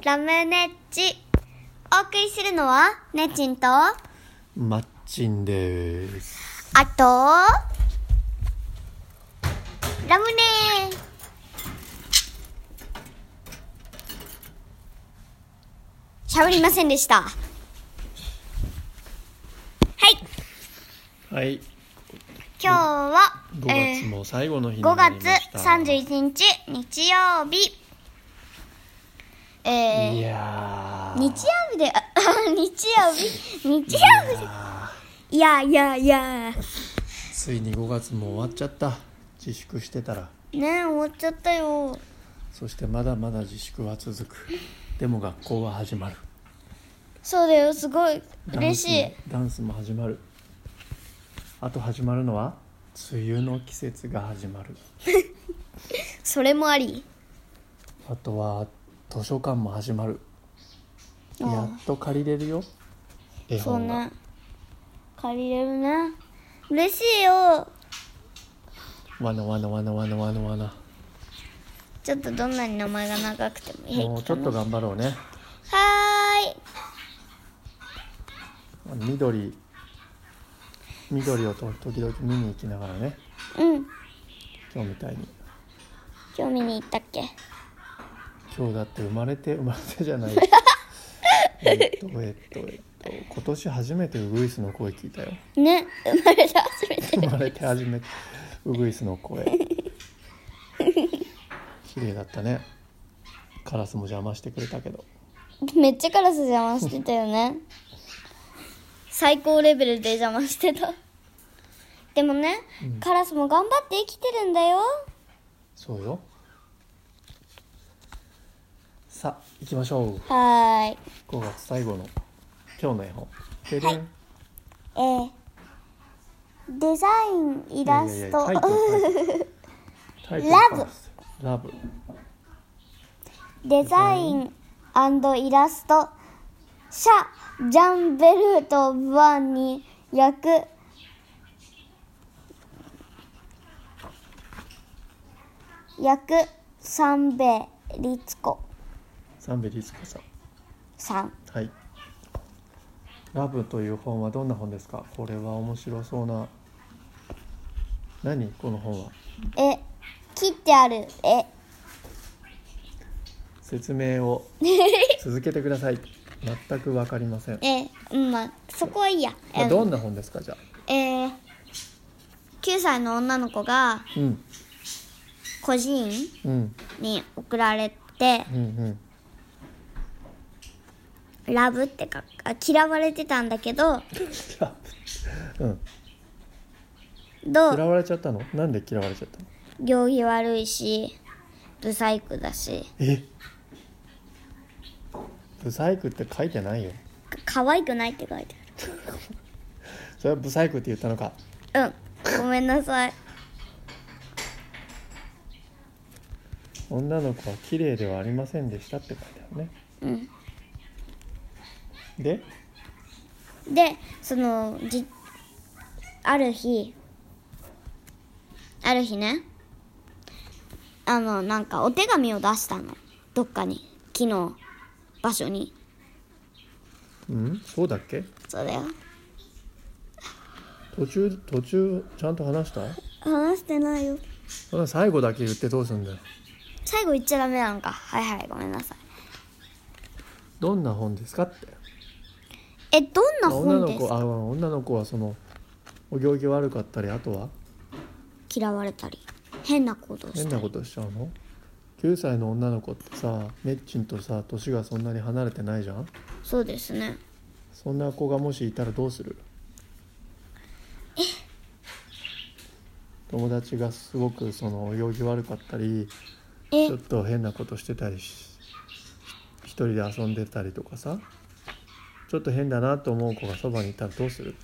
ラムネッチ。お送りするのはねちんとマッチンです。 あとラムネ。喋りませんでした。はい、 はい、 今日は 5月も最後の日になりました。 5月31日日曜日。 いや日曜日でいやついに5月も終わっちゃった。自粛してたらね、終わっちゃったよ。 そしてまだまだ自粛は続く。でも学校は始まる。 そうだよ、すごい嬉しい。 ダンスも始まる。あと始まるのは梅雨の季節が始まるそれもあり。 あとは図書館も始まる。やっと借りれるよ、絵本が。 そうね、借りれるね。嬉しいよ。 わなわなわなわなわなわな。 ちょっとどんなに名前が長くてもいい。 もうちょっと頑張ろうね。 はーい。 緑を時々見に行きながらね。今日みたいに。 今日見に行ったっけ。 今日だって生まれてじゃない今年初めてウグイスの声聞いたよね、生まれて初めて生まれて初めてウグイスの声綺麗だったね。カラスも邪魔してくれたけど。 めっちゃカラス邪魔してたよね最高レベルで邪魔してた。でもね、カラスも頑張って生きてるんだよ。 そうよ。さあ行きましょう。 はーい。 5月最後の今日の絵本。ででん。 デザイン、イラスト、 タイトルラブ。 デザイン&イラスト、シャ・ジャンベルト・バンに役三瓶律子三瓶律子さん。 はい。ラブという本はどんな本ですか？これは面白そうな。何この本は？ 切ってある絵。 説明を続けてください。全く分かりません。 まあそこはいいや。 どんな本ですか？じゃあ 9歳の女の子が孤児院に送られて、ラブって嫌われてたんだけど嫌われちゃったの？なんで嫌われちゃったの？ 行儀悪いしブサイクだし。 ブサイクって書いてないよ。 可愛くないって書いてあるそれはブサイクって言ったのか？ ごめんなさい。 女の子は綺麗ではありませんでしたって書いてあるね。でそのある日ね、なんかお手紙を出したの、どっかに、木の場所に。 そうだっけ？ そうだよ。 途中ちゃんと話した？ 話してないよ。 そんな最後だけ言ってどうすんだよ。 最後言っちゃダメなのか。はいごめんなさい。 どんな本ですかって。 どんな本ですか？ 女の子はそのお行儀悪かったり、あとは嫌われたり変なことをしたり。 変なことしちゃうの？9歳の女の子ってさ、メッチンとさ年がそんなに離れてないじゃん。 そうですね。 そんな子がもしいたらどうする？友達がすごくそのお行儀悪かったり、ちょっと変なことしてたり一人で遊んでたりとかさ、ちょっと変だなと思う子がそばにいたらどうする？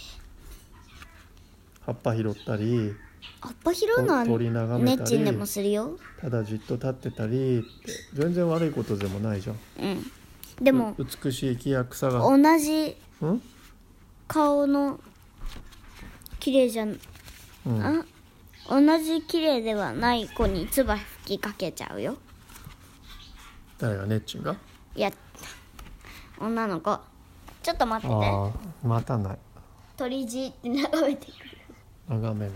葉っぱ拾ったり、 葉っぱ拾うのは鳥眺めたり、 ネッチンでもするよ。 ただじっと立ってたりって全然悪いことでもないじゃん。 でも美しい木や草が同じ顔の綺麗じゃん、同じ綺麗ではない子に唾吹きかけちゃうよ。 誰が？ネッチンが？ や女の子ちょっと待ってて。 ああ、待たない。 鳥じって眺めてくる。 眺めない。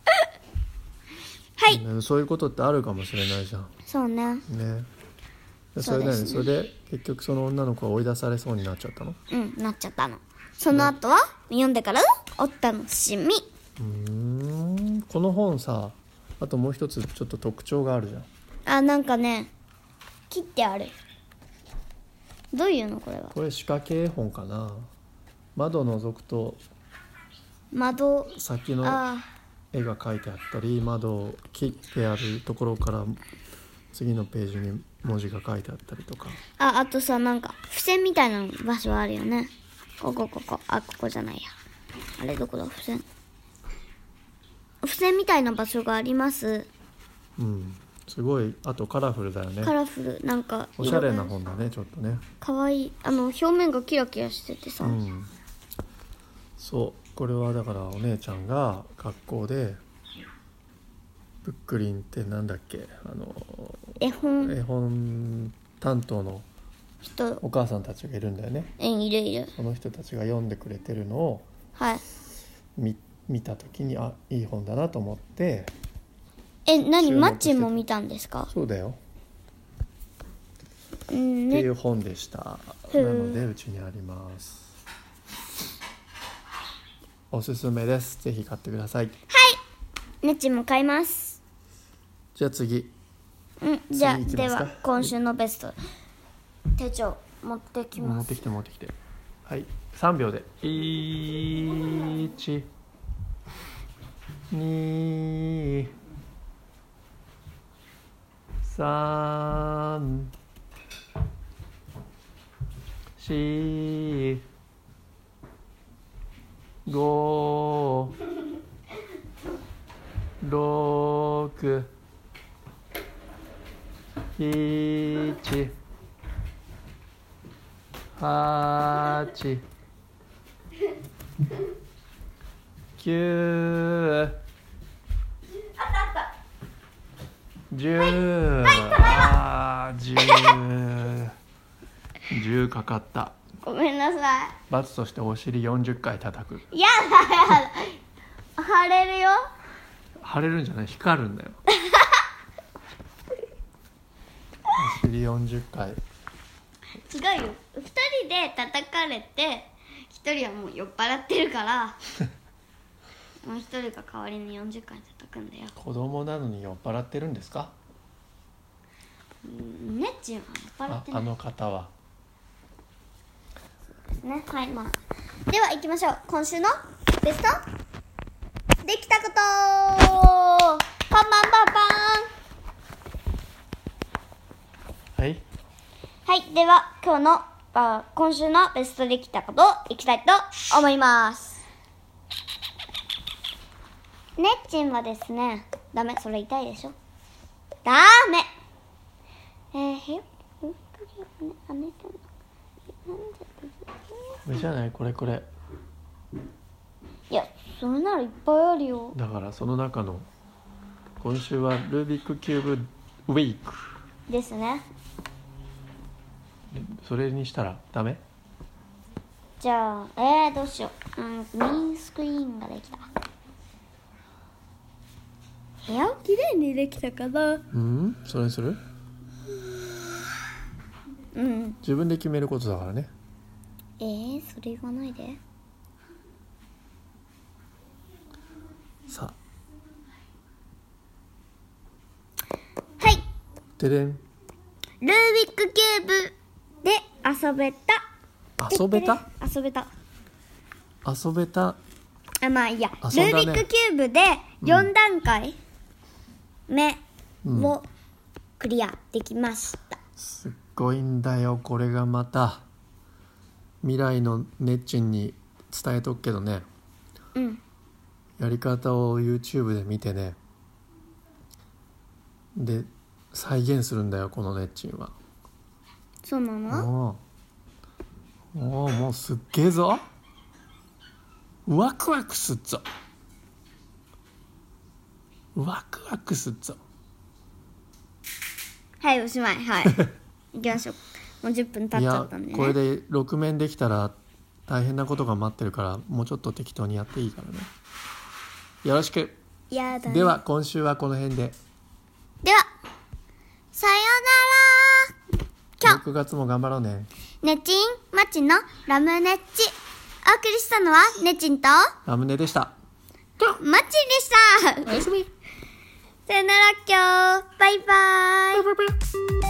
はい、 ね、そういうことってあるかもしれないじゃん。 そうね。 ね。それだよね。それで結局その女の子は追い出されそうになっちゃったの？ なっちゃったの。その後は、読んでからお楽しみ。 この本さ、あともう一つちょっと特徴があるじゃん。 なんかね、切ってある。どういうのこれは？ これ仕掛け絵本かな。窓を覗くと窓、 先の絵が描いてあったり、窓を切ってあるところから次のページに文字が書いてあったりとか。 あとさ、なんか付箋みたいな場所あるよね。ここここじゃないや。あれどこだ？付箋みたいな場所があります。 すごい。あとカラフルだよね。 カラフル、なんかおしゃれな本だね。ちょっとね、 かわいい。表面がキラキラしててさ、 そうこれはだからお姉ちゃんが学校でブックリンってなんだっけ、 絵本担当の人、 お母さんたちがいるんだよね。 いる。 その人たちが読んでくれてるのをはい。 見た時にいい本だなと思って。 何？マッチンも見たんですか？ そうだよ、ってね。 いう本でした。なのでうちにあります。おすすめです。ぜひ買ってください。 ねっちんも買います。 じゃあ次。 じゃあ次行きますか。 では今週のベスト手帳持ってきます。 持ってきて。はい、3秒で。1、2、3、4、5、6、7、8、9、10、10かかった。 ごめんなさい。 罰としてお尻40回叩く。 やだ腫れるよ。 腫れるんじゃない、光るんだよ。お尻40回。 違うよ。2人で叩かれて1人はもう酔っ払ってるからもう1人が代わりに40回叩くんだよ。 子供なのに酔っ払ってるんですか？ ねっちんは酔っ払ってない。 あの方はですね。はい、では行きましょう。今週のベストできたことパンパンはいはい、では今週のベストできたこといきたいと思います。ねっちんはですね、ダメ、それ痛いでしょ。ダメ。 これじゃない、これいや、それならいっぱいあるよ。 だからその中の今週はルービックキューブウィークですね。 それにしたらダメ？ じゃあどうしよう。メインスクリーンができた。部屋をきれいにできたかな。 それにする？自分で決めることだからね。 それ言わないで。 さあ、はい。 ででん。 ルービックキューブで遊べた。 遊べた？ まあいいや、 遊んだね。 ルービックキューブで4段階目をクリアできました。 すっごいんだよこれがまた。未来のねっちんに伝えとくけどね、やり方を YouTube で見てね、で再現するんだよこのねっちんは。 そうなの？ もうすっげえぞ。ワクワクすっぞ。はい、 おしまい。はい。行きましょう。 もう10分経っちゃったんでね。 いやこれで6面できたら大変なことが待ってるから、もうちょっと適当にやっていいからね。よろしく。 やだね。 では今週はこの辺で。 ではさよなら。今日 6月も頑張ろうね。 ねちんまちのラムネッチ、お送りしたのはねちんとラムネでした。 まちでした。 おやすみ。 さよなら今日。バイバイ。 バイバイ。